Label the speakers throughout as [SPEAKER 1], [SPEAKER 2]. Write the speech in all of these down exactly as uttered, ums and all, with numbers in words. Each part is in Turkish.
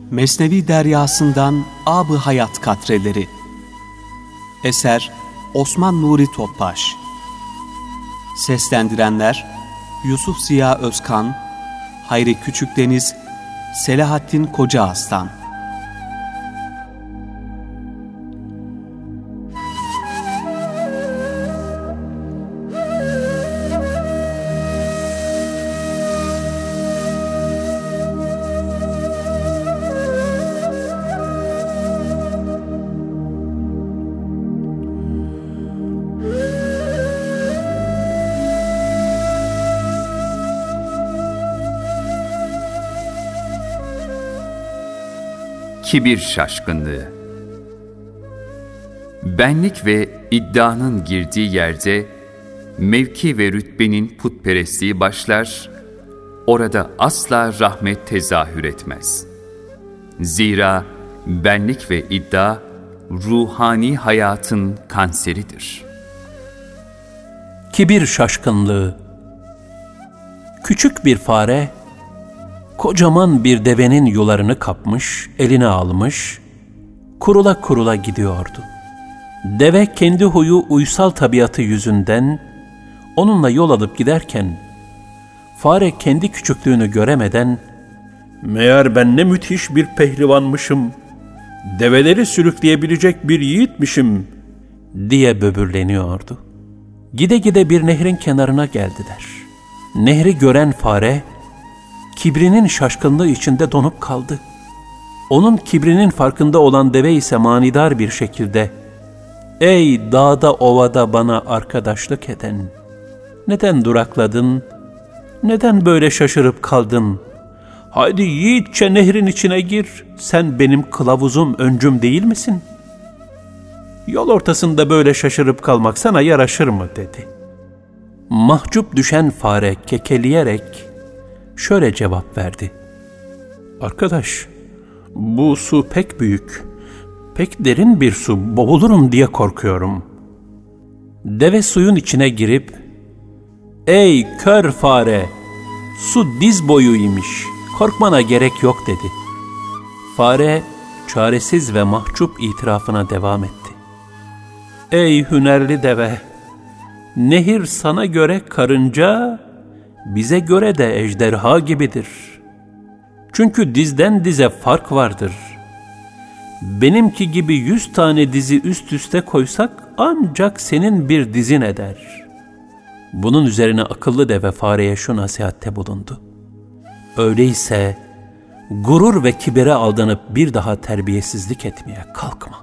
[SPEAKER 1] Mesnevi Deryasından Ab-ı Hayat Katreleri. Eser Osman Nuri Topbaş. Seslendirenler Yusuf Ziya Özkan, Hayri Küçükdeniz, Selahattin Kocaaslan.
[SPEAKER 2] Kibir şaşkınlığı. Benlik ve iddianın girdiği yerde mevki ve rütbenin putperestliği başlar, orada asla rahmet tezahür etmez. Zira benlik ve iddia ruhani hayatın kanseridir.
[SPEAKER 3] Kibir şaşkınlığı. Küçük bir fare, kocaman bir devenin yularını kapmış, eline almış, kurula kurula gidiyordu. Deve kendi huyu uysal tabiatı yüzünden onunla yol alıp giderken, fare kendi küçüklüğünü göremeden, "Meğer ben ne müthiş bir pehlivanmışım, develeri sürükleyebilecek bir yiğitmişim," diye böbürleniyordu. Gide gide bir nehrin kenarına geldiler. Nehri gören fare, kibrinin şaşkınlığı içinde donup kaldı. Onun kibrinin farkında olan deve ise manidar bir şekilde, "Ey dağda ovada bana arkadaşlık eden, neden durakladın, neden böyle şaşırıp kaldın? Haydi yiğitçe nehrin içine gir, sen benim kılavuzum, öncüm değil misin? Yol ortasında böyle şaşırıp kalmak sana yaraşır mı?" dedi. Mahcup düşen fare kekeleyerek şöyle cevap verdi: "Arkadaş, bu su pek büyük, pek derin bir su, boğulurum diye korkuyorum." Deve suyun içine girip, "Ey kör fare, su diz boyuymuş, korkmana gerek yok," dedi. Fare çaresiz ve mahcup itirafına devam etti. "Ey hünerli deve, nehir sana göre karınca, bize göre de ejderha gibidir. Çünkü dizden dize fark vardır. Benimki gibi yüz tane dizi üst üste koysak ancak senin bir dizin eder." Bunun üzerine akıllı deve fareye şu nasihatte bulundu: "Öyleyse gurur ve kibire aldanıp bir daha terbiyesizlik etmeye kalkma.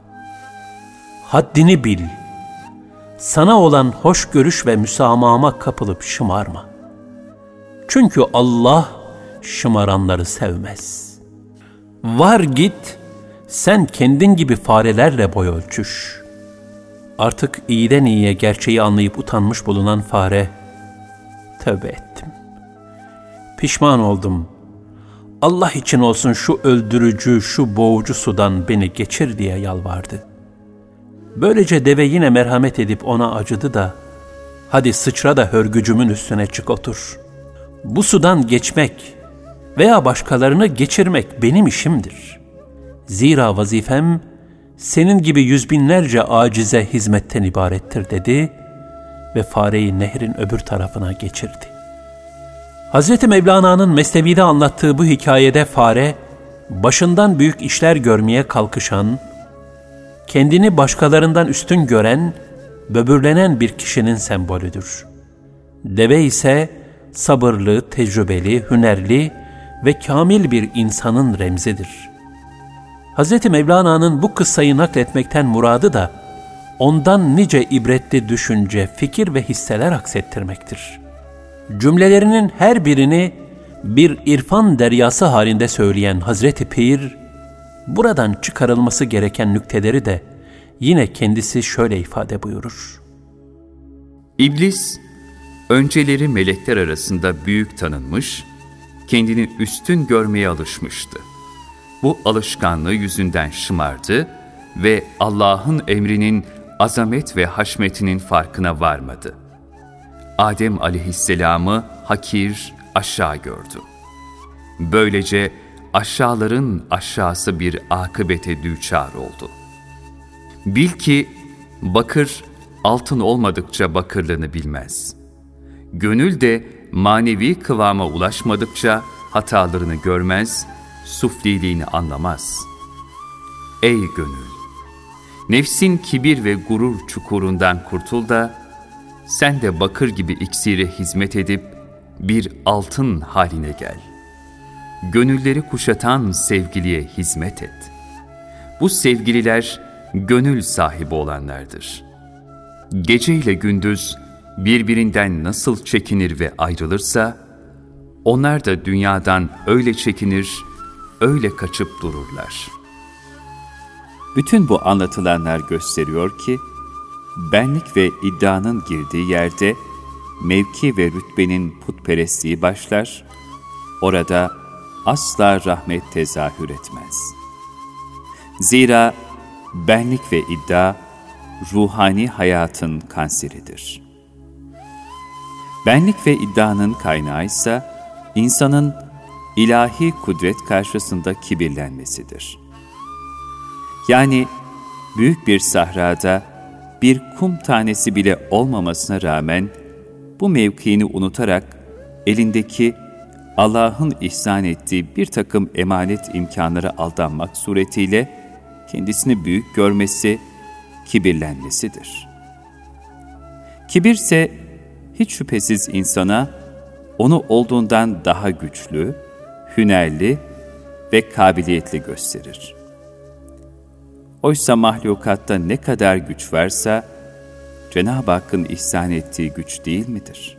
[SPEAKER 3] Haddini bil. Sana olan hoşgörüş ve müsamahama kapılıp şımarma. Çünkü Allah şımaranları sevmez. Var git, sen kendin gibi farelerle boy ölçüş." Artık iyiden iyiye gerçeği anlayıp utanmış bulunan fare, "Tövbe ettim. Pişman oldum. Allah için olsun şu öldürücü, şu boğucu sudan beni geçir," diye yalvardı. Böylece deve yine merhamet edip ona acıdı da, "Hadi sıçra da hörgücümün üstüne çık otur. Bu sudan geçmek veya başkalarını geçirmek benim işimdir. Zira vazifem senin gibi yüz binlerce acize hizmetten ibarettir," dedi ve fareyi nehrin öbür tarafına geçirdi. Hazreti Mevlana'nın Mesnevi'de anlattığı bu hikayede fare, başından büyük işler görmeye kalkışan, kendini başkalarından üstün gören, böbürlenen bir kişinin sembolüdür. Deve ise sabırlı, tecrübeli, hünerli ve kamil bir insanın remzidir. Hazreti Mevlana'nın bu kıssayı nakletmekten muradı da, ondan nice ibretli düşünce, fikir ve hisseler aksettirmektir. Cümlelerinin her birini bir irfan deryası halinde söyleyen Hazreti Pir, buradan çıkarılması gereken nükteleri de yine kendisi şöyle ifade buyurur:
[SPEAKER 2] İblis, önceleri melekler arasında büyük tanınmış, kendini üstün görmeye alışmıştı. Bu alışkanlığı yüzünden şımardı ve Allah'ın emrinin azamet ve haşmetinin farkına varmadı. Adem aleyhisselamı hakir, aşağı gördü. Böylece aşağıların aşağısı bir akıbete düçar oldu. Bil ki bakır altın olmadıkça bakırlığını bilmez. Gönül de manevi kıvama ulaşmadıkça hatalarını görmez, sufliliğini anlamaz. Ey gönül! Nefsin kibir ve gurur çukurundan kurtul da, sen de bakır gibi iksire hizmet edip bir altın haline gel. Gönülleri kuşatan sevgiliye hizmet et. Bu sevgililer gönül sahibi olanlardır. Gece ile gündüz birbirinden nasıl çekinir ve ayrılırsa, onlar da dünyadan öyle çekinir, öyle kaçıp dururlar.
[SPEAKER 4] Bütün bu anlatılanlar gösteriyor ki, benlik ve iddianın girdiği yerde mevki ve rütbenin putperestliği başlar, orada asla rahmet tezahür etmez. Zira benlik ve iddia, ruhani hayatın kanseridir. Benlik ve iddianın kaynağı ise insanın ilahi kudret karşısında kibirlenmesidir. Yani büyük bir sahrada bir kum tanesi bile olmamasına rağmen bu mevkiini unutarak elindeki Allah'ın ihsan ettiği bir takım emanet imkanlara aldanmak suretiyle kendisini büyük görmesi, kibirlenmesidir. Kibirse hiç şüphesiz insana onu olduğundan daha güçlü, hünerli ve kabiliyetli gösterir. Oysa mahlukatta ne kadar güç varsa, Cenab-ı Hakk'ın ihsan ettiği güç değil midir?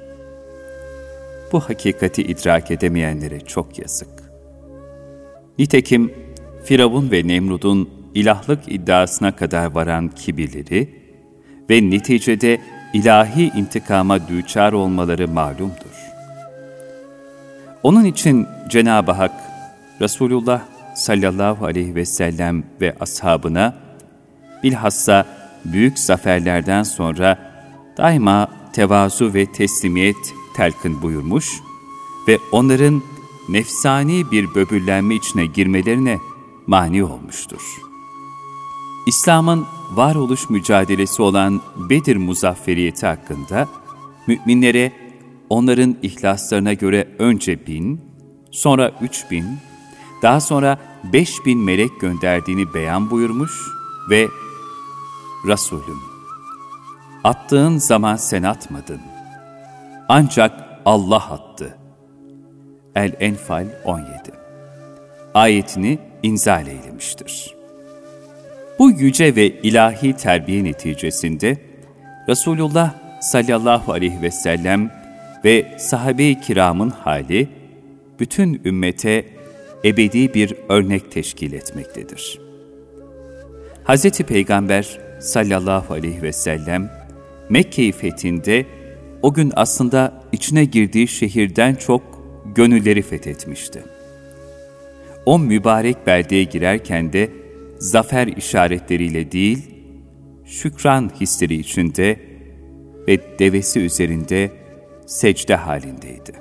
[SPEAKER 4] Bu hakikati idrak edemeyenlere çok yazık. Nitekim Firavun ve Nemrud'un ilahlık iddiasına kadar varan kibirleri ve neticede ilahi intikama düçar olmaları malumdur. Onun için Cenab-ı Hak, Resulullah sallallahu aleyhi ve sellem ve ashabına, bilhassa büyük zaferlerden sonra daima tevazu ve teslimiyet telkin buyurmuş ve onların nefsani bir böbürlenme içine girmelerine mani olmuştur. İslam'ın varoluş mücadelesi olan Bedir muzafferiyeti hakkında müminlere onların ihlaslarına göre önce bin, sonra üç bin, daha sonra beş bin melek gönderdiğini beyan buyurmuş ve Resulüm, attığın zaman sen atmadın, ancak Allah attı. El-Enfal on yedi ayetini inzal eylemiştir. Bu yüce ve ilahi terbiye neticesinde Resulullah sallallahu aleyhi ve sellem ve sahabe-i kiramın hali bütün ümmete ebedi bir örnek teşkil etmektedir. Hz. Peygamber sallallahu aleyhi ve sellem Mekke-i fethinde o gün aslında içine girdiği şehirden çok gönülleri fethetmişti. O mübarek beldeye girerken de zafer işaretleriyle değil, şükran hisleri içinde ve devesi üzerinde secde halindeydi.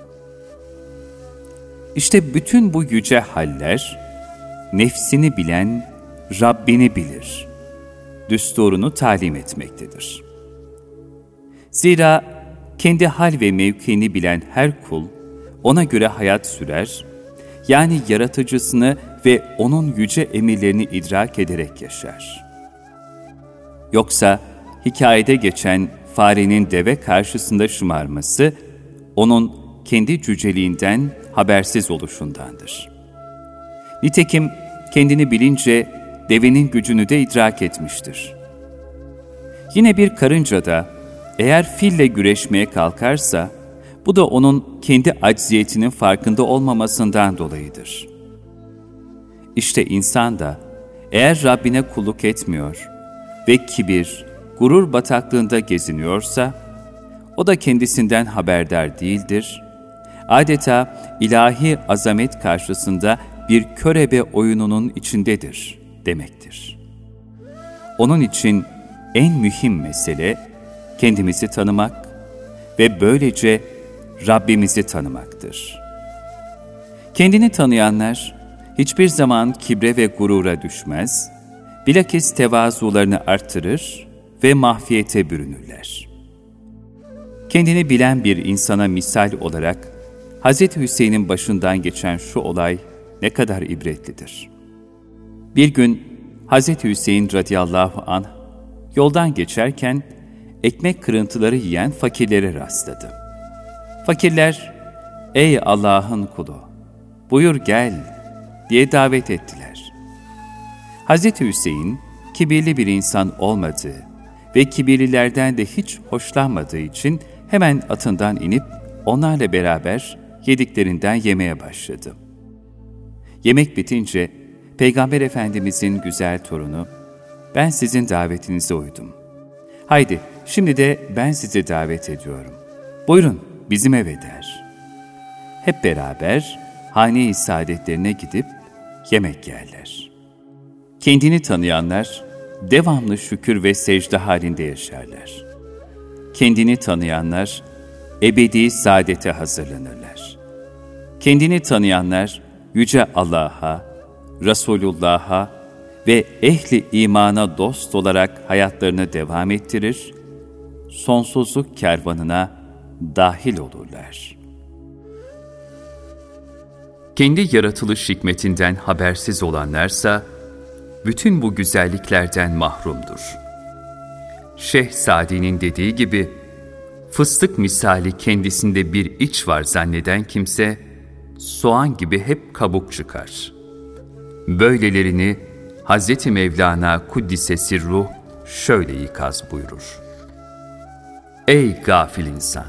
[SPEAKER 4] İşte bütün bu yüce haller, nefsini bilen Rabbini bilir, düsturunu talim etmektedir. Zira kendi hal ve mevkiini bilen her kul, ona göre hayat sürer, yani yaratıcısını ve onun yüce emirlerini idrak ederek yaşar. Yoksa hikayede geçen farenin deve karşısında şımarması, onun kendi cüceliğinden habersiz oluşundandır. Nitekim kendini bilince devenin gücünü de idrak etmiştir. Yine bir karınca da eğer fille güreşmeye kalkarsa, bu da onun kendi acziyetinin farkında olmamasından dolayıdır. İşte insan da eğer Rabbine kulluk etmiyor ve kibir, gurur bataklığında geziniyorsa, o da kendisinden haberdar değildir. Adeta ilahi azamet karşısında bir körebe oyununun içindedir demektir. Onun için en mühim mesele kendimizi tanımak ve böylece Rabbimizi tanımaktır. Kendini tanıyanlar, hiçbir zaman kibre ve gurura düşmez, bilakis tevazularını artırır ve mahfiyete bürünürler. Kendini bilen bir insana misal olarak, Hazreti Hüseyin'in başından geçen şu olay ne kadar ibretlidir. Bir gün Hazreti Hüseyin radıyallahu anh, yoldan geçerken ekmek kırıntıları yiyen fakirlere rastladı. Fakirler, "Ey Allah'ın kulu, buyur gel," diye davet ettiler. Hazreti Hüseyin, kibirli bir insan olmadığı ve kibirlilerden de hiç hoşlanmadığı için hemen atından inip onlarla beraber yediklerinden yemeye başladı. Yemek bitince Peygamber Efendimizin güzel torunu, "Ben sizin davetinize uydum. Haydi şimdi de ben sizi davet ediyorum. Buyurun bizim eve," der. Hep beraber hane-i saadetlerine gidip yemek yerler. Kendini tanıyanlar devamlı şükür ve secde halinde yaşarlar. Kendini tanıyanlar ebedi saadete hazırlanırlar. Kendini tanıyanlar Yüce Allah'a, Resulullah'a ve ehli imana dost olarak hayatlarını devam ettirir, sonsuzluk kervanına dahil olurlar.
[SPEAKER 2] Kendi yaratılış hikmetinden habersiz olanlarsa, bütün bu güzelliklerden mahrumdur. Şeyh Sadi'nin dediği gibi, fıstık misali kendisinde bir iç var zanneden kimse, soğan gibi hep kabuk çıkar. Böylelerini Hazreti Mevlana Kuddise Sirruh şöyle ikaz buyurur. Ey gafil insan!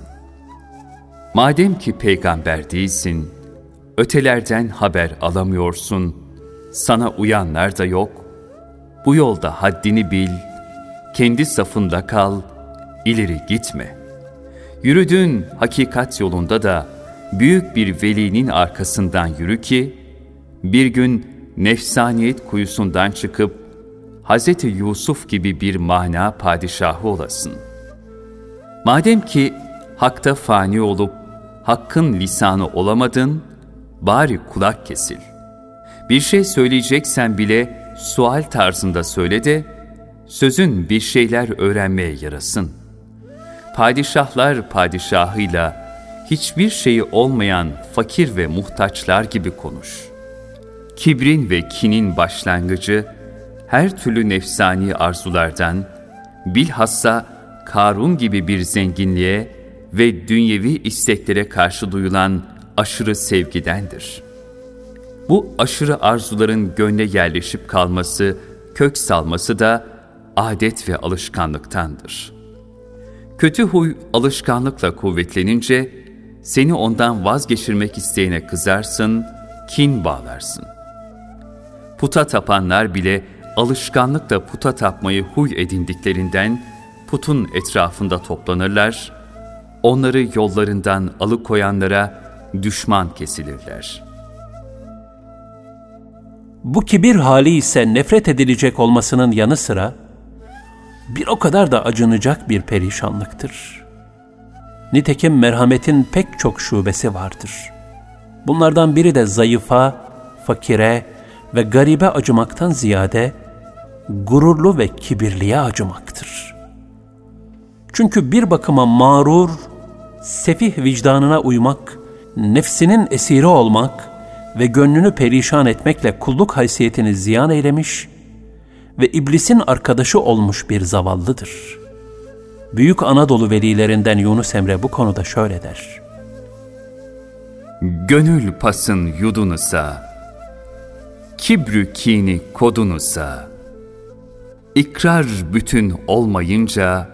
[SPEAKER 2] Madem ki peygamber değilsin, ötelerden haber alamıyorsun, sana uyanlar da yok, bu yolda haddini bil, kendi safında kal, ileri gitme. Yürüdüğün hakikat yolunda da büyük bir velinin arkasından yürü ki, bir gün nefsaniyet kuyusundan çıkıp, Hazreti Yusuf gibi bir mana padişahı olasın. Madem ki hakta fani olup, hakkın lisanı olamadın, bari kulak kesil. Bir şey söyleyeceksen bile sual tarzında söyle de, sözün bir şeyler öğrenmeye yarasın. Padişahlar padişahıyla, hiçbir şeyi olmayan fakir ve muhtaçlar gibi konuş. Kibrin ve kinin başlangıcı, her türlü nefsani arzulardan, bilhassa Karun gibi bir zenginliğe ve dünyevi isteklere karşı duyulan aşırı sevgidendir. Bu aşırı arzuların gönle yerleşip kalması, kök salması da adet ve alışkanlıktandır. Kötü huy alışkanlıkla kuvvetlenince, seni ondan vazgeçirmek isteyene kızarsın, kin bağlarsın. Puta tapanlar bile alışkanlıkla puta tapmayı huy edindiklerinden putun etrafında toplanırlar, onları yollarından alıkoyanlara düşman kesilirler.
[SPEAKER 3] Bu kibir hali ise nefret edilecek olmasının yanı sıra, bir o kadar da acınacak bir perişanlıktır. Nitekim merhametin pek çok şubesi vardır. Bunlardan biri de zayıfa, fakire ve garibe acımaktan ziyade, gururlu ve kibirliye acımaktır. Çünkü bir bakıma mağrur, sefih vicdanına uymak, nefsinin esiri olmak ve gönlünü perişan etmekle kulluk haysiyetini ziyan eylemiş ve iblisin arkadaşı olmuş bir zavallıdır. Büyük Anadolu velilerinden Yunus Emre bu konuda şöyle der.
[SPEAKER 2] Gönül pasın yudunusa, kibrü kini kodunusa, ikrar bütün olmayınca,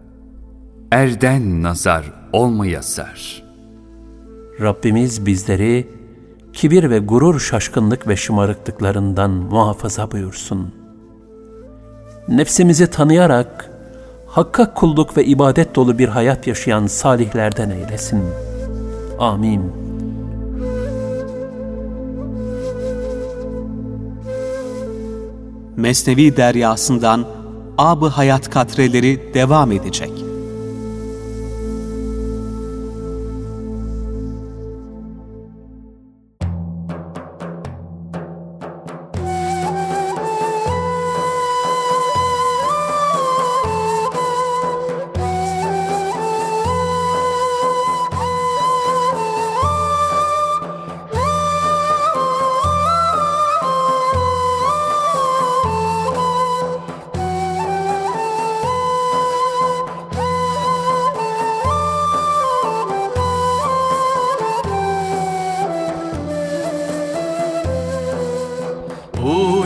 [SPEAKER 2] erden nazar olmayasar.
[SPEAKER 3] Rabbimiz bizleri kibir ve gurur, şaşkınlık ve şımarıklıklarından muhafaza buyursun. Nefsimizi tanıyarak Hakk'a kulluk ve ibadet dolu bir hayat yaşayan salihlerden eylesin. Amin.
[SPEAKER 1] Mesnevi deryasından Ab-ı Hayat katreleri devam edecek.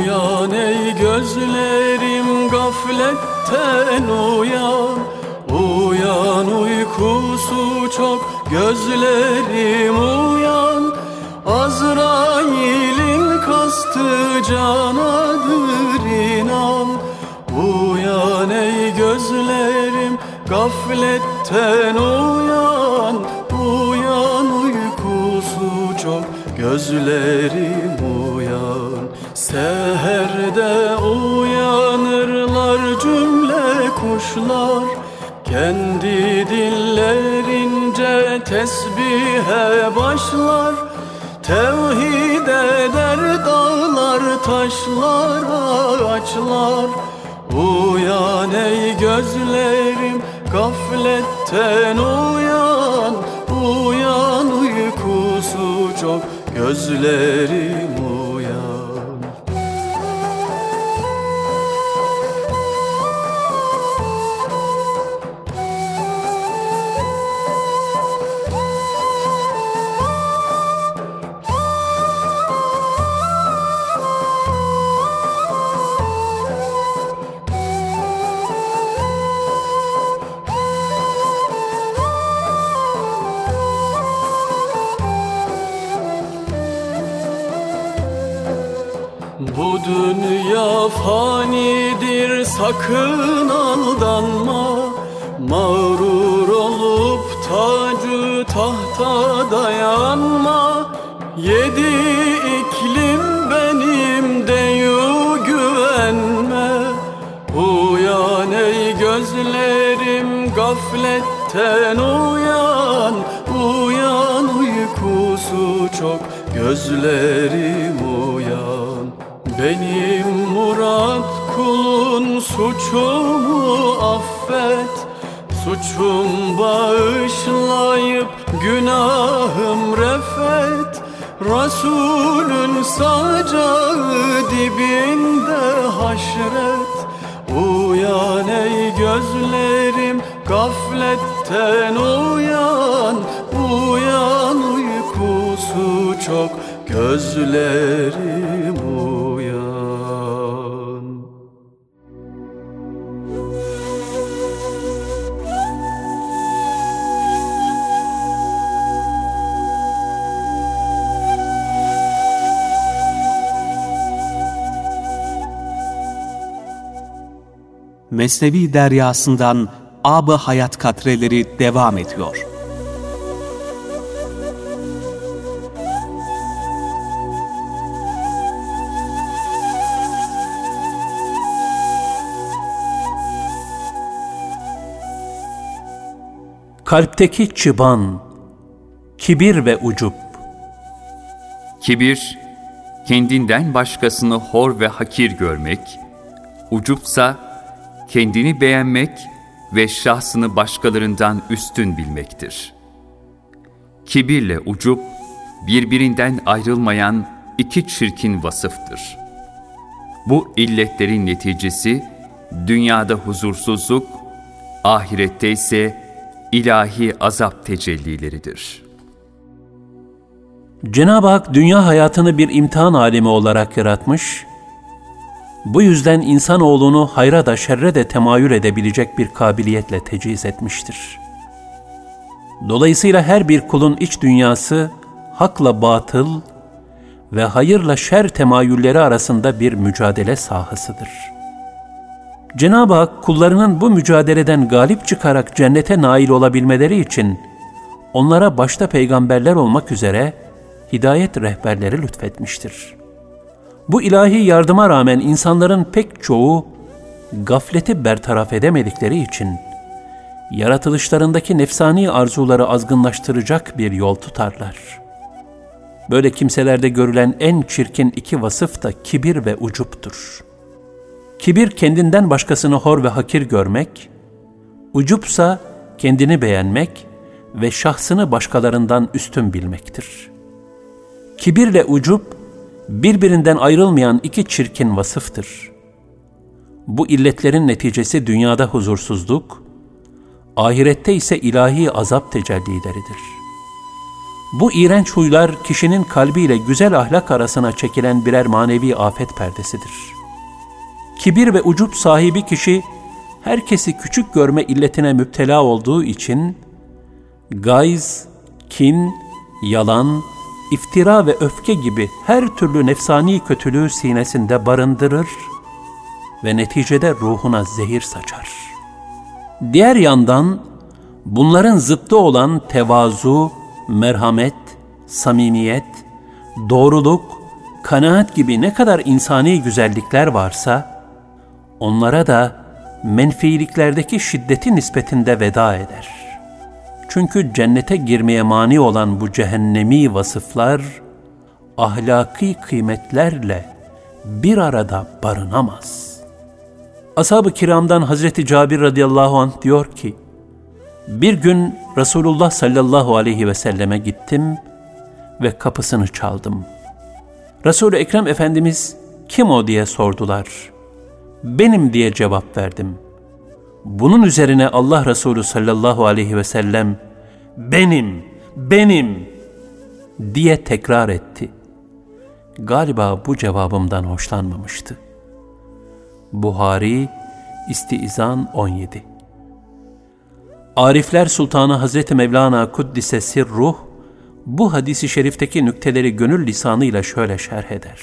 [SPEAKER 5] Uyan ey gözlerim, gafletten uyan. Uyan, uykusu çok gözlerim uyan. Azrail'in kastı canadır inan. Uyan ey gözlerim, gafletten uyan. Uyan, uykusu çok gözlerim uyan. Seherde uyanırlar cümle kuşlar, kendi dillerince tesbihe başlar. Tevhid eder dağlar, taşlar, ağaçlar. Uyan ey gözlerim, gafletten uyan. Uyan, uykusu çok gözlerim uyan. Bu dünya fanidir, sakın aldanma. Mağrur olup tacı tahta dayanma. Yedi iklim benim deyu güvenme. Uyan ey gözlerim, gafletten uyan. Uyan, uykusu çok gözlerim uyan. Benim murat kulun, suçumu affet. Suçum bağışlayıp günahım refet. Resulün sacağı dibinde haşret. Uyan ey gözlerim, gafletten uyan. Uyan, uykusu çok gözlerim uyan.
[SPEAKER 1] Mesnevi deryasından Ab-ı Hayat katreleri devam ediyor.
[SPEAKER 3] Kalpteki çıban, kibir ve ucup.
[SPEAKER 2] Kibir, kendinden başkasını hor ve hakir görmek, ucupsa kendini beğenmek ve şahsını başkalarından üstün bilmektir. Kibirle ucup, birbirinden ayrılmayan iki çirkin vasıftır. Bu illetlerin neticesi, dünyada huzursuzluk, ahirette ise ilahi azap tecellileridir.
[SPEAKER 3] Cenab-ı Hak dünya hayatını bir imtihan alemi olarak yaratmış, bu yüzden insanoğlunu hayra da şerre de temayül edebilecek bir kabiliyetle tecihiz etmiştir. Dolayısıyla her bir kulun iç dünyası, hakla batıl ve hayırla şer temayülleri arasında bir mücadele sahasıdır. Cenab-ı Hak kullarının bu mücadeleden galip çıkarak cennete nail olabilmeleri için onlara başta peygamberler olmak üzere hidayet rehberleri lütfetmiştir. Bu ilahi yardıma rağmen insanların pek çoğu gafleti bertaraf edemedikleri için yaratılışlarındaki nefsani arzuları azgınlaştıracak bir yol tutarlar. Böyle kimselerde görülen en çirkin iki vasıf da kibir ve ucuptur. Kibir kendinden başkasını hor ve hakir görmek, ucupsa kendini beğenmek ve şahsını başkalarından üstün bilmektir. Kibirle ucup, birbirinden ayrılmayan iki çirkin vasıftır. Bu illetlerin neticesi dünyada huzursuzluk, ahirette ise ilahi azap tecellileridir. Bu iğrenç huylar kişinin kalbiyle güzel ahlak arasına çekilen birer manevi afet perdesidir. Kibir ve ucup sahibi kişi, herkesi küçük görme illetine müptela olduğu için, gayz, kin, yalan, iftira ve öfke gibi her türlü nefsani kötülüğü sinesinde barındırır ve neticede ruhuna zehir saçar. Diğer yandan, bunların zıttı olan tevazu, merhamet, samimiyet, doğruluk, kanaat gibi ne kadar insani güzellikler varsa, onlara da menfiliklerdeki şiddeti nispetinde veda eder. Çünkü cennete girmeye mani olan bu cehennemi vasıflar, ahlaki kıymetlerle bir arada barınamaz. Ashab-ı kiramdan Hazreti Cabir radıyallahu anh diyor ki, bir gün Resulullah sallallahu aleyhi ve selleme gittim ve kapısını çaldım. Resul-i Ekrem Efendimiz, kim o diye sordular. Benim diye cevap verdim. Bunun üzerine Allah Resulü sallallahu aleyhi ve sellem, benim, benim diye tekrar etti. Galiba bu cevabımdan hoşlanmamıştı. Buhari, İstizan on yedi. Arifler Sultanı Hazreti Mevlana Kuddise Sirruh, bu hadisi şerifteki nükteleri gönül lisanıyla şöyle şerh eder.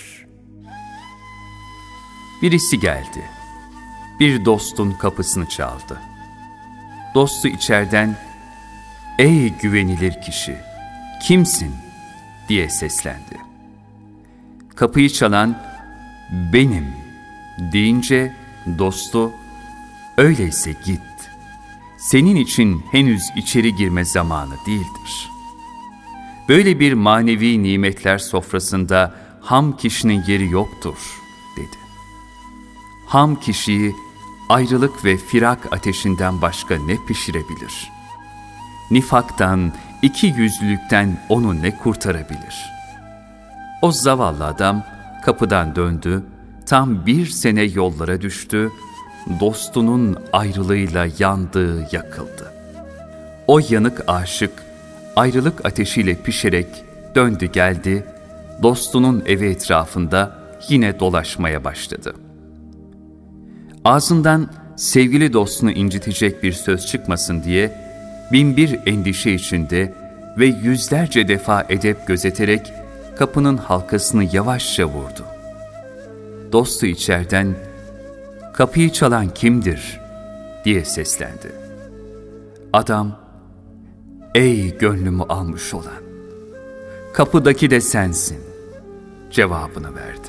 [SPEAKER 2] Birisi geldi. Bir dostun kapısını çaldı. Dostu içeriden, "Ey güvenilir kişi, kimsin?" diye seslendi. Kapıyı çalan, "Benim" deyince dostu, "Öyleyse git. Senin için henüz içeri girme zamanı değildir." Böyle bir manevi nimetler sofrasında ham kişinin yeri yoktur, dedi. Ham kişiyi ayrılık ve firak ateşinden başka ne pişirebilir? Nifaktan, iki yüzlülükten onu ne kurtarabilir? O zavallı adam kapıdan döndü, tam bir sene yollara düştü, dostunun ayrılığıyla yandı, yakıldı. O yanık aşık, ayrılık ateşiyle pişerek döndü geldi, dostunun evi etrafında yine dolaşmaya başladı. Ağzından sevgili dostunu incitecek bir söz çıkmasın diye binbir endişe içinde ve yüzlerce defa edep gözeterek kapının halkasını yavaşça vurdu. Dostu içeriden, "Kapıyı çalan kimdir?" diye seslendi. Adam, "Ey gönlümü almış olan, kapıdaki de sensin" cevabını verdi.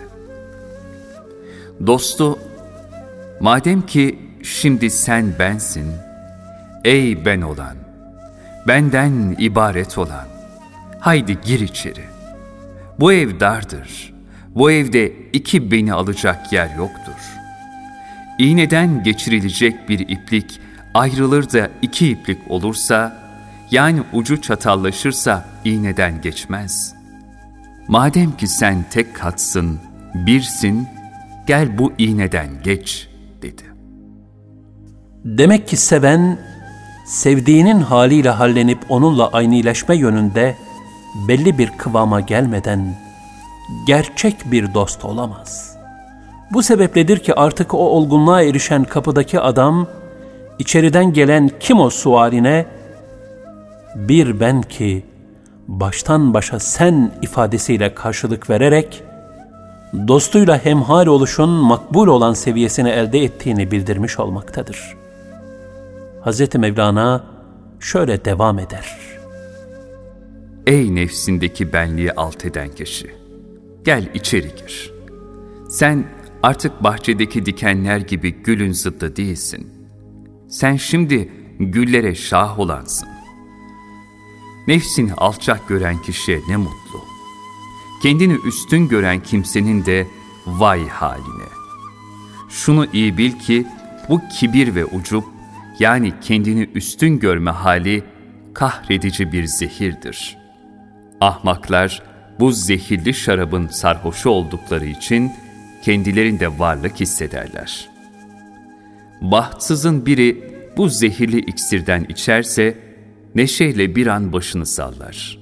[SPEAKER 2] Dostu, "Madem ki şimdi sen bensin, ey ben olan, benden ibaret olan, haydi gir içeri. Bu ev dardır, bu evde iki beni alacak yer yoktur. İğneden geçirilecek bir iplik ayrılır da iki iplik olursa, yani ucu çatallaşırsa iğneden geçmez. Madem ki sen tek katsın, birsin, gel bu iğneden geç" dedi.
[SPEAKER 3] Demek ki seven, sevdiğinin haliyle hallenip onunla aynileşme yönünde belli bir kıvama gelmeden gerçek bir dost olamaz. Bu sebepledir ki artık o olgunluğa erişen kapıdaki adam, içeriden gelen kim o sualine, "Bir ben ki baştan başa sen" ifadesiyle karşılık vererek, dostuyla hemhal oluşun makbul olan seviyesini elde ettiğini bildirmiş olmaktadır. Hazreti Mevlana şöyle devam eder.
[SPEAKER 2] "Ey nefsindeki benliği alt eden kişi, gel içeri gir. Sen artık bahçedeki dikenler gibi gülün zıddı değilsin. Sen şimdi güllere şah olansın. Nefsini alçak gören kişiye ne mutlu. Kendini üstün gören kimsenin de vay haline. Şunu iyi bil ki bu kibir ve ucup, yani kendini üstün görme hali kahredici bir zehirdir. Ahmaklar bu zehirli şarabın sarhoşu oldukları için kendilerinde varlık hissederler. Bahtsızın biri bu zehirli iksirden içerse neşeyle bir an başını sallar.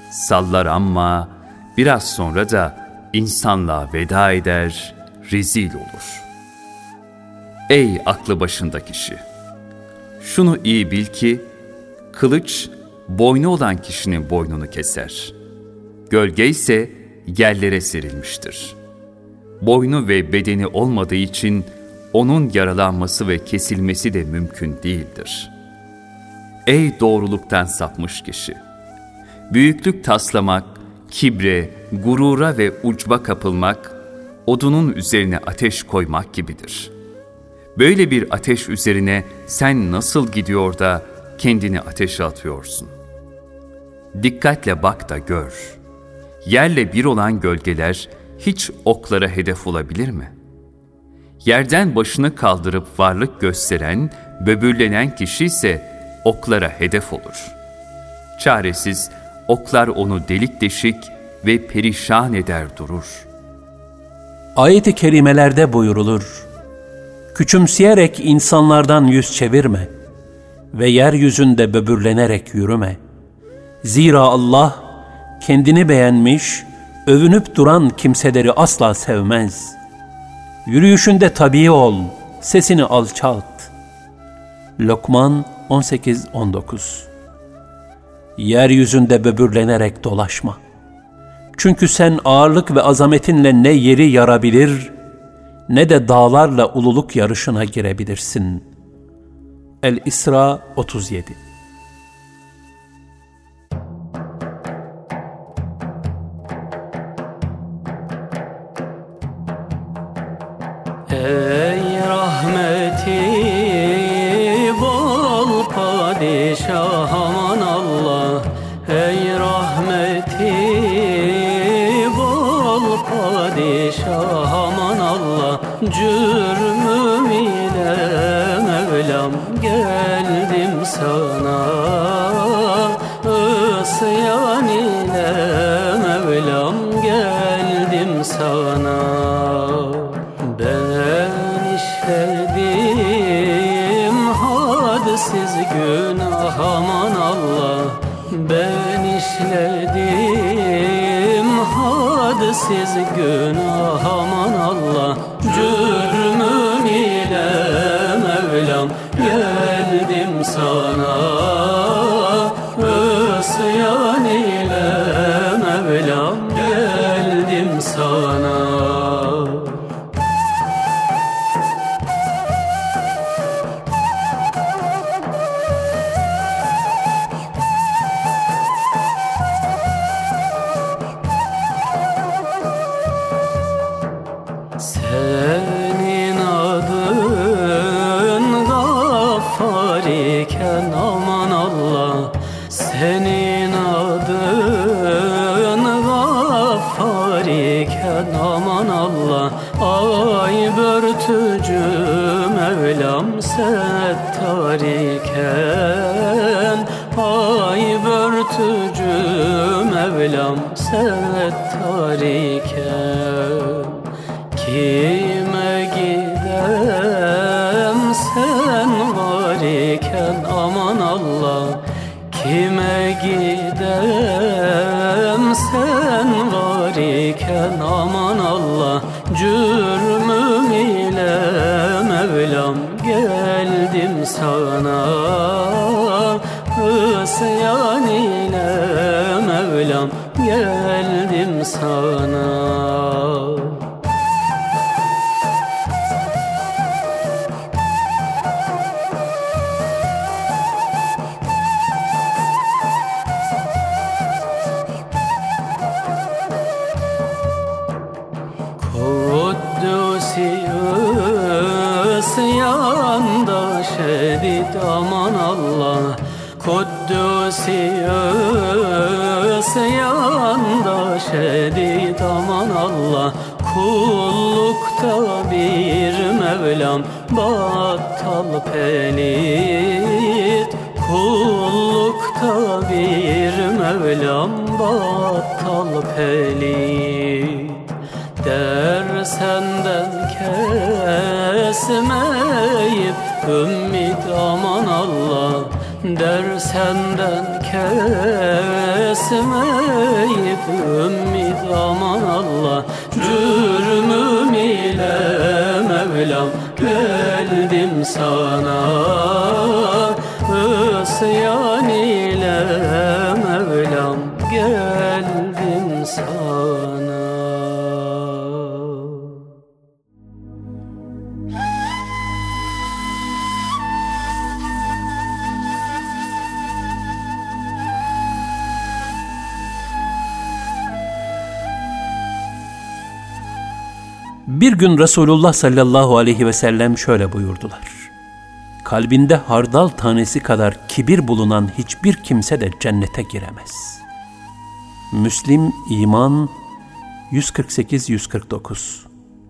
[SPEAKER 2] sallar ama biraz sonra da insanlığa veda eder, rezil olur. Ey aklı başında kişi! Şunu iyi bil ki, kılıç boynu olan kişinin boynunu keser. Gölge ise yerlere serilmiştir. Boynu ve bedeni olmadığı için onun yaralanması ve kesilmesi de mümkün değildir. Ey doğruluktan sapmış kişi! Büyüklük taslamak, kibre, gurura ve ucba kapılmak, odunun üzerine ateş koymak gibidir. Böyle bir ateş üzerine sen nasıl gidiyor da kendini ateşe atıyorsun? Dikkatle bak da gör. Yerle bir olan gölgeler hiç oklara hedef olabilir mi? Yerden başını kaldırıp varlık gösteren, böbürlenen kişi ise oklara hedef olur. Çaresiz oklar onu delik deşik ve perişan eder durur.
[SPEAKER 3] Ayet-i kerimelerde buyurulur: küçümseyerek insanlardan yüz çevirme ve yeryüzünde böbürlenerek yürüme. Zira Allah kendini beğenmiş, övünüp duran kimseleri asla sevmez. Yürüyüşünde tabii ol, sesini alçalt. Lokman on sekiz on dokuz. Yeryüzünde böbürlenerek dolaşma. Çünkü sen ağırlık ve azametinle ne yeri yarabilir, ne de dağlarla ululuk yarışına girebilirsin. El-İsra otuz yedi.
[SPEAKER 5] Ey rahmeti bol padişah aman Allah, ey rahmeti bol padişah aman Allah, cürmüm ile Mevlam geldim sana, isyan ile Mevlam geldim sana. Ben işledim hadsiz günah aman Allah, ben işledim hadsiz günah aman Allah, cürmüm ile Mevlam geldim sana, isyan ile Mevlam geldim sana. Senin adın Gaffar iken aman Allah, senin adın Gaffar iken aman Allah, ay börtücü Mevlam settar iken, ay börtücü Mevlam settar iken. Kime gidem sen var iken aman Allah, kime gidem sen var iken aman Allah, cürmüm ile Mevlam geldim sana, isyan ile Mevlam geldim sana. İsyanda şedid aman Allah, Kudüs'ü isyanda şedid aman Allah, kullukta bir Mevlam battal pelit, kullukta bir Mevlam battal pelit. Der senden kesmeyip ümit aman Allah, der senden kesmeyip kesmeyip ümit aman Allah. Cürmüm ile Mevlam geldim sana, isyan ile Mevlam geldim sana.
[SPEAKER 3] Bir gün Resulullah sallallahu aleyhi ve sellem şöyle buyurdular: kalbinde hardal tanesi kadar kibir bulunan hiçbir kimse de cennete giremez. Müslim İman yüz kırk sekiz yüz kırk dokuz.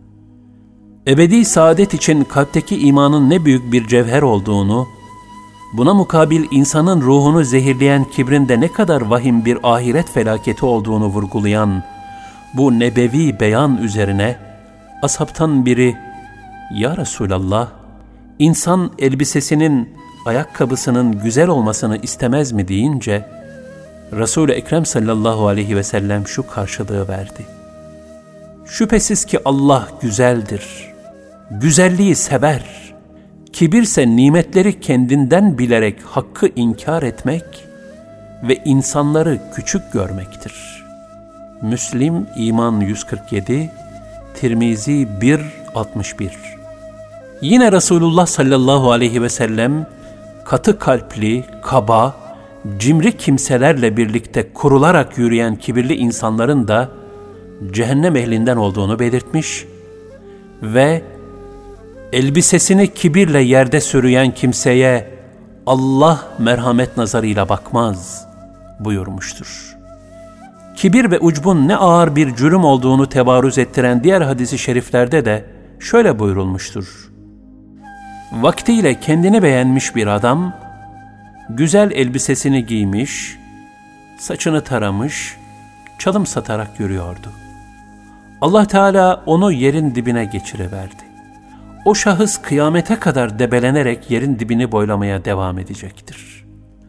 [SPEAKER 3] Ebedi saadet için kalpteki imanın ne büyük bir cevher olduğunu, buna mukabil insanın ruhunu zehirleyen kibrin de ne kadar vahim bir ahiret felaketi olduğunu vurgulayan bu nebevi beyan üzerine ashabtan biri, "Ya Resulallah, insan elbisesinin, ayakkabısının güzel olmasını istemez mi?" deyince, Resul-i Ekrem sallallahu aleyhi ve sellem şu karşılığı verdi: şüphesiz ki Allah güzeldir, güzelliği sever. Kibirse nimetleri kendinden bilerek hakkı inkar etmek ve insanları küçük görmektir. Müslim İman yüz kırk yedi, Tirmizi bir altmış bir. Yine Resulullah sallallahu aleyhi ve sellem katı kalpli, kaba, cimri kimselerle birlikte kurularak yürüyen kibirli insanların da cehennem ehlinden olduğunu belirtmiş ve elbisesini kibirle yerde sürüyen kimseye Allah merhamet nazarıyla bakmaz buyurmuştur. Kibir ve ucbun ne ağır bir cürüm olduğunu tebarüz ettiren diğer hadis-i şeriflerde de şöyle buyurulmuştur: vaktiyle kendini beğenmiş bir adam, güzel elbisesini giymiş, saçını taramış, çalım satarak yürüyordu. Allah Teala onu yerin dibine geçiriverdi. O şahıs kıyamete kadar debelenerek yerin dibini boylamaya devam edecektir.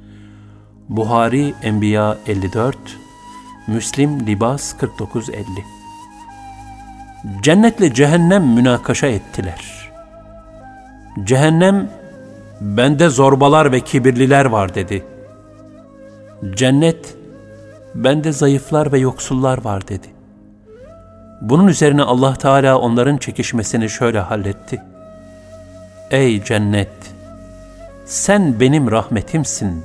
[SPEAKER 3] Buhari Enbiya elli dört, Müslim Libas kırk dokuz elli. Cennetle cehennem münakaşa ettiler. Cehennem, bende zorbalar ve kibirliler var dedi. Cennet, bende zayıflar ve yoksullar var dedi. Bunun üzerine Allah Teala onların çekişmesini şöyle halletti: ey cennet, sen benim rahmetimsin.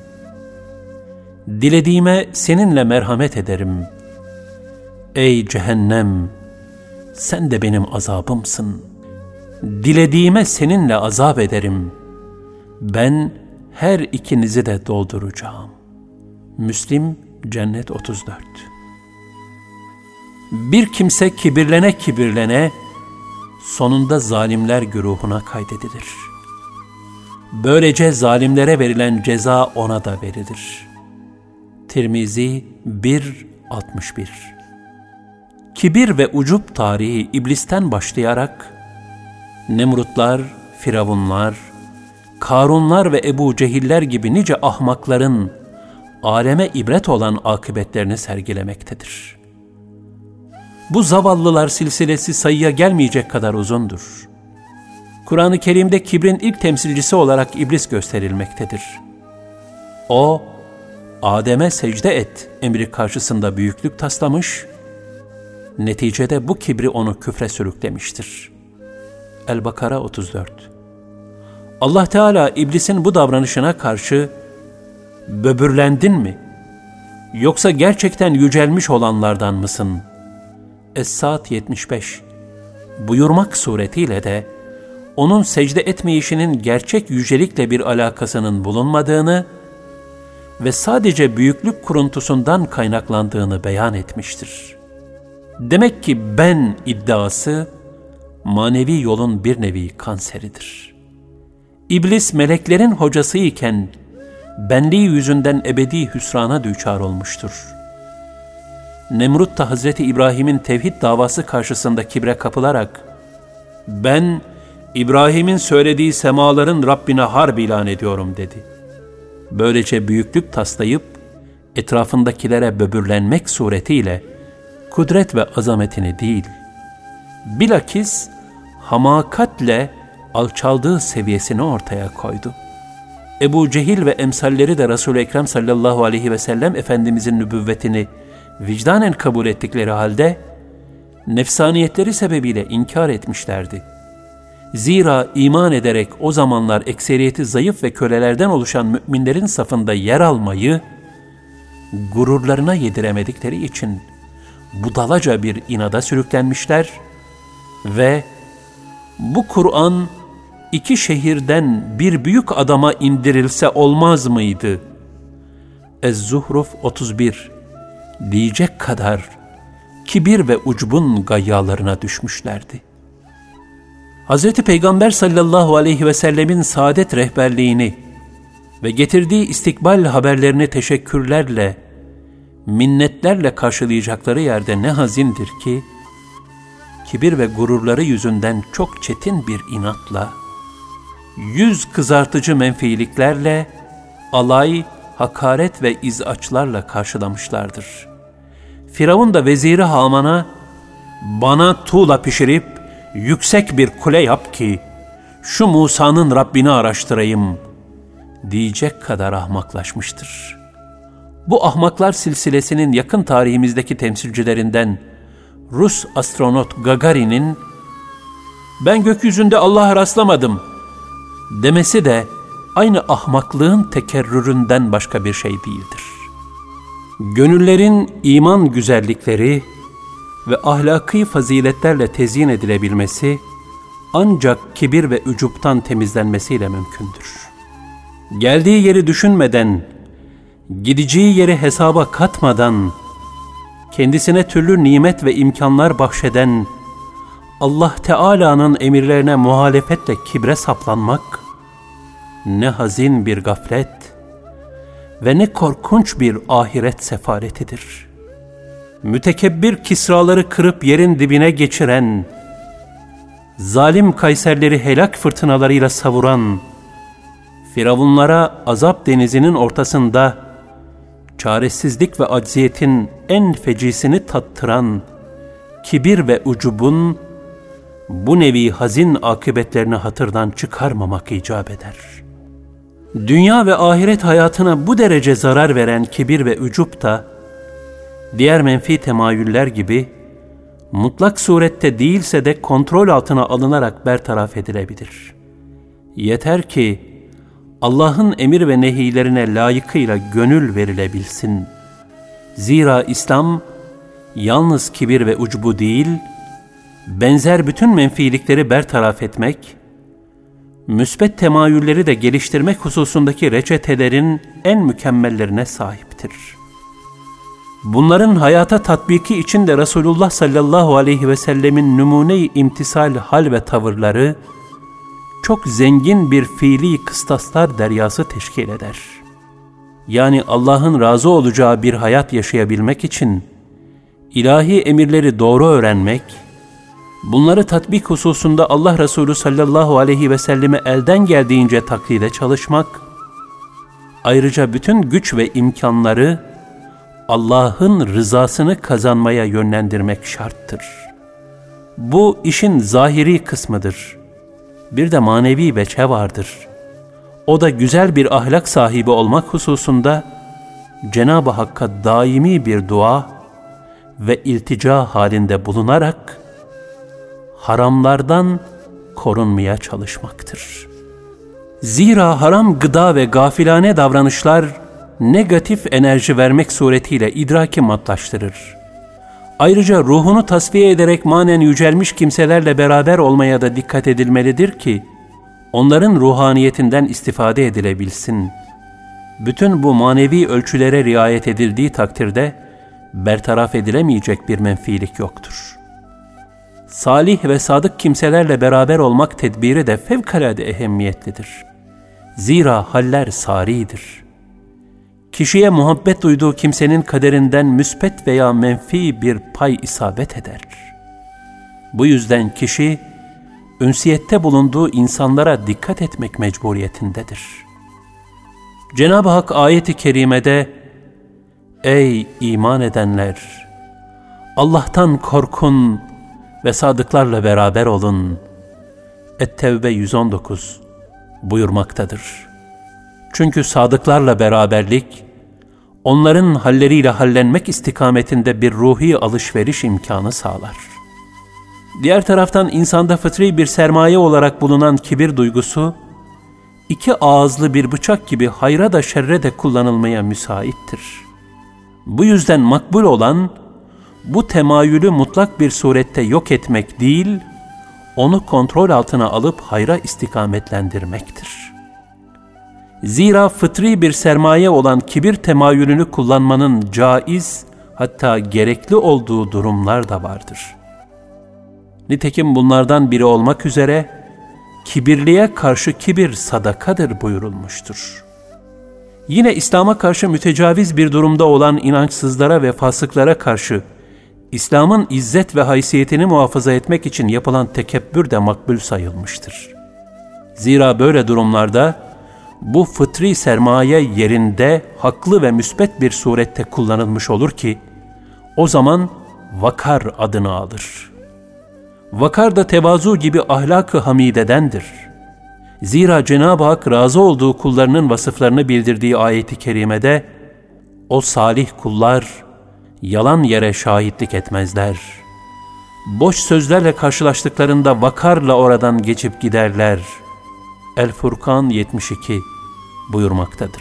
[SPEAKER 3] Dilediğime seninle merhamet ederim. Ey cehennem, sen de benim azabımsın. Dilediğime seninle azap ederim. Ben her ikinizi de dolduracağım. Müslim Cennet otuz dört. Bir kimse kibirlene kibirlene sonunda zalimler güruhuna kaydedilir. Böylece zalimlere verilen ceza ona da verilir. Tirmizi bir altmış bir. Kibir ve ucup tarihi iblisten başlayarak Nemrutlar, Firavunlar, Karunlar ve Ebu Cehiller gibi nice ahmakların aleme ibret olan akıbetlerini sergilemektedir. Bu zavallılar silsilesi sayıya gelmeyecek kadar uzundur. Kur'an-ı Kerim'de kibrin ilk temsilcisi olarak iblis gösterilmektedir. O, Adem'e secde et emri karşısında büyüklük taslamış, neticede bu kibri onu küfre sürüklemiştir. El-Bakara otuz dört. Allah Teala iblisin bu davranışına karşı, böbürlendin mi? Yoksa gerçekten yücelmiş olanlardan mısın? Es-Sa'd yetmiş beş. Buyurmak suretiyle de, onun secde etmeyişinin gerçek yücelikle bir alakasının bulunmadığını ve sadece büyüklük kuruntusundan kaynaklandığını beyan etmiştir. Demek ki ben iddiası, manevi yolun bir nevi kanseridir. İblis meleklerin hocası iken, benliği yüzünden ebedi hüsrana düçar olmuştur. Nemrut da Hazreti İbrahim'in tevhid davası karşısında kibre kapılarak, ben İbrahim'in söylediği semaların Rabbine harp ilan ediyorum dedi. Böylece büyüklük taslayıp, etrafındakilere böbürlenmek suretiyle kudret ve azametini değil, bilakis hamakatle alçaldığı seviyesini ortaya koydu. Ebu Cehil ve emsalleri de Resul-i Ekrem sallallahu aleyhi ve sellem Efendimizin nübüvvetini vicdanen kabul ettikleri halde nefsaniyetleri sebebiyle inkar etmişlerdi. Zira iman ederek o zamanlar ekseriyeti zayıf ve kölelerden oluşan müminlerin safında yer almayı gururlarına yediremedikleri için budalaca bir inada sürüklenmişler ve bu Kur'an iki şehirden bir büyük adama indirilse olmaz mıydı? Ez-Zuhruf otuz bir diyecek kadar kibir ve ucbun gayyalarına düşmüşlerdi. Hazreti Peygamber sallallahu aleyhi ve sellemin saadet rehberliğini ve getirdiği istikbal haberlerini teşekkürlerle, minnetlerle karşılayacakları yerde ne hazindir ki, kibir ve gururları yüzünden çok çetin bir inatla, yüz kızartıcı menfiiliklerle, alay, hakaret ve izaçlarla karşılamışlardır. Firavun da veziri Haman'a, bana tuğla pişirip yüksek bir kule yap ki şu Musa'nın Rabbini araştırayım diyecek kadar ahmaklaşmıştır. Bu ahmaklar silsilesinin yakın tarihimizdeki temsilcilerinden Rus astronot Gagarin'in ben gökyüzünde Allah'a rastlamadım demesi de aynı ahmaklığın tekerrüründen başka bir şey değildir. Gönüllerin iman güzellikleri ve ahlaki faziletlerle tezyin edilebilmesi ancak kibir ve ücuptan temizlenmesiyle mümkündür. Geldiği yeri düşünmeden, gideceği yeri hesaba katmadan, kendisine türlü nimet ve imkanlar bahşeden Allah Teala'nın emirlerine muhalefetle kibre saplanmak, ne hazin bir gaflet ve ne korkunç bir ahiret sefaretidir. Mütekebbir Kisraları kırıp yerin dibine geçiren, zalim Kayserleri helak fırtınalarıyla savuran, Firavunlara azap denizinin ortasında çaresizlik ve acziyetin en fecisini tattıran kibir ve ucubun bu nevi hazin akıbetlerini hatırdan çıkarmamak icap eder. Dünya ve ahiret hayatına bu derece zarar veren kibir ve ucub da diğer menfi temayüller gibi mutlak surette değilse de kontrol altına alınarak bertaraf edilebilir. Yeter ki Allah'ın emir ve nehilerine layıkıyla gönül verilebilsin. Zira İslam yalnız kibir ve ucubu değil, benzer bütün menfilikleri bertaraf etmek, müsbet temayülleri de geliştirmek hususundaki reçetelerin en mükemmellerine sahiptir. Bunların hayata tatbiki için de Resulullah sallallahu aleyhi ve sellemin numune-i imtisal hal ve tavırları, çok zengin bir fiili kıstaslar deryası teşkil eder. Yani Allah'ın razı olacağı bir hayat yaşayabilmek için ilahi emirleri doğru öğrenmek, bunları tatbik hususunda Allah Resulü sallallahu aleyhi ve selleme elden geldiğince taklide çalışmak, ayrıca bütün güç ve imkanları Allah'ın rızasını kazanmaya yönlendirmek şarttır. Bu işin zahiri kısmıdır. Bir de manevi veçhe vardır. O da güzel bir ahlak sahibi olmak hususunda Cenab-ı Hakk'a daimi bir dua ve iltica halinde bulunarak haramlardan korunmaya çalışmaktır. Zira haram gıda ve gafilane davranışlar negatif enerji vermek suretiyle idraki matlaştırır. Ayrıca ruhunu tasfiye ederek manen yücelmiş kimselerle beraber olmaya da dikkat edilmelidir ki, onların ruhaniyetinden istifade edilebilsin. Bütün bu manevi ölçülere riayet edildiği takdirde, bertaraf edilemeyecek bir menfilik yoktur. Salih ve sadık kimselerle beraber olmak tedbiri de fevkalade ehemmiyetlidir. Zira haller saridir. Kişiye muhabbet duyduğu kimsenin kaderinden müspet veya menfi bir pay isabet eder. Bu yüzden kişi, ünsiyette bulunduğu insanlara dikkat etmek mecburiyetindedir. Cenab-ı Hak ayet-i kerimede, Ey iman edenler! Allah'tan korkun ve sadıklarla beraber olun. Et-Tevbe yüz on dokuz buyurmaktadır. Çünkü sadıklarla beraberlik, onların halleriyle hallenmek istikametinde bir ruhi alışveriş imkanı sağlar. Diğer taraftan insanda fıtri bir sermaye olarak bulunan kibir duygusu, iki ağızlı bir bıçak gibi hayra da şerre de kullanılmaya müsaittir. Bu yüzden makbul olan, bu temayülü mutlak bir surette yok etmek değil, onu kontrol altına alıp hayra istikametlendirmektir. Zira fıtri bir sermaye olan kibir temayülünü kullanmanın caiz, hatta gerekli olduğu durumlar da vardır. Nitekim bunlardan biri olmak üzere, kibirliye karşı kibir sadakadır buyurulmuştur. Yine İslam'a karşı mütecaviz bir durumda olan inançsızlara ve fasıklara karşı, İslam'ın izzet ve haysiyetini muhafaza etmek için yapılan tekebbür de makbul sayılmıştır. Zira böyle durumlarda, bu fıtri sermaye yerinde haklı ve müsbet bir surette kullanılmış olur ki, o zaman vakar adını alır. Vakar da tevazu gibi ahlak-ı hamidedendir. Zira Cenab-ı Hak razı olduğu kullarının vasıflarını bildirdiği ayet-i kerimede, o salih kullar yalan yere şahitlik etmezler. Boş sözlerle karşılaştıklarında vakarla oradan geçip giderler. El-Furkan yetmiş iki buyurmaktadır.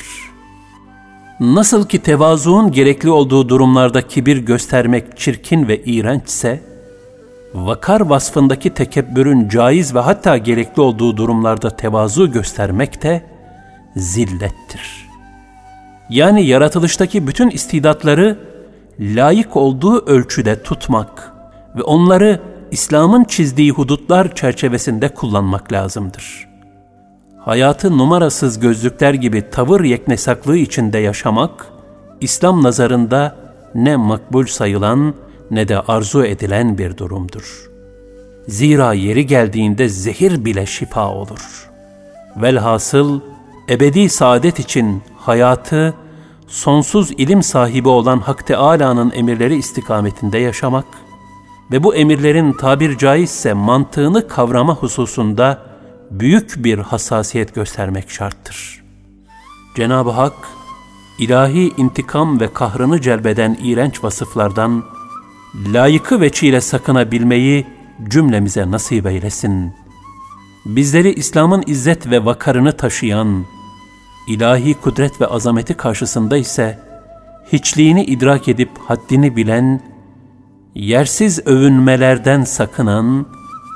[SPEAKER 3] Nasıl ki tevazuun gerekli olduğu durumlarda kibir göstermek çirkin ve iğrençse, vakar vasfındaki tekebbürün caiz ve hatta gerekli olduğu durumlarda tevazu göstermek de zillettir. Yani yaratılıştaki bütün istidatları layık olduğu ölçüde tutmak ve onları İslam'ın çizdiği hudutlar çerçevesinde kullanmak lazımdır. Hayatı numarasız gözlükler gibi tavır yeknesaklığı içinde yaşamak, İslam nazarında ne makbul sayılan ne de arzu edilen bir durumdur. Zira yeri geldiğinde zehir bile şifa olur. Velhasıl ebedi saadet için hayatı sonsuz ilim sahibi olan Hak Teâlâ'nın emirleri istikametinde yaşamak ve bu emirlerin tabir caizse mantığını kavrama hususunda büyük bir hassasiyet göstermek şarttır. Cenab-ı Hak, ilahi intikam ve kahrını celbeden iğrenç vasıflardan layıkı veçiyle sakınabilmeyi cümlemize nasip eylesin. Bizleri İslam'ın izzet ve vakarını taşıyan, ilahi kudret ve azameti karşısında ise hiçliğini idrak edip haddini bilen, yersiz övünmelerden sakınan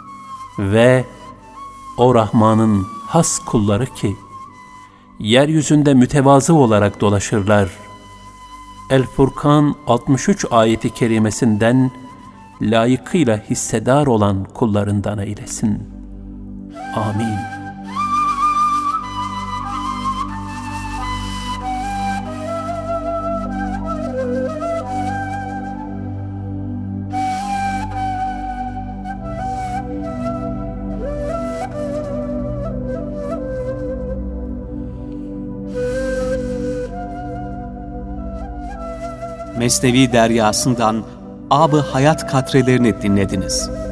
[SPEAKER 3] ve o Rahman'ın has kulları ki, yeryüzünde mütevazı olarak dolaşırlar. El-Furkan altmış üç ayeti kerimesinden layıkıyla hissedar olan kullarından eylesin. Amin.
[SPEAKER 1] Mesnevi Deryası'ndan Ab-ı Hayat katrelerini dinlediniz.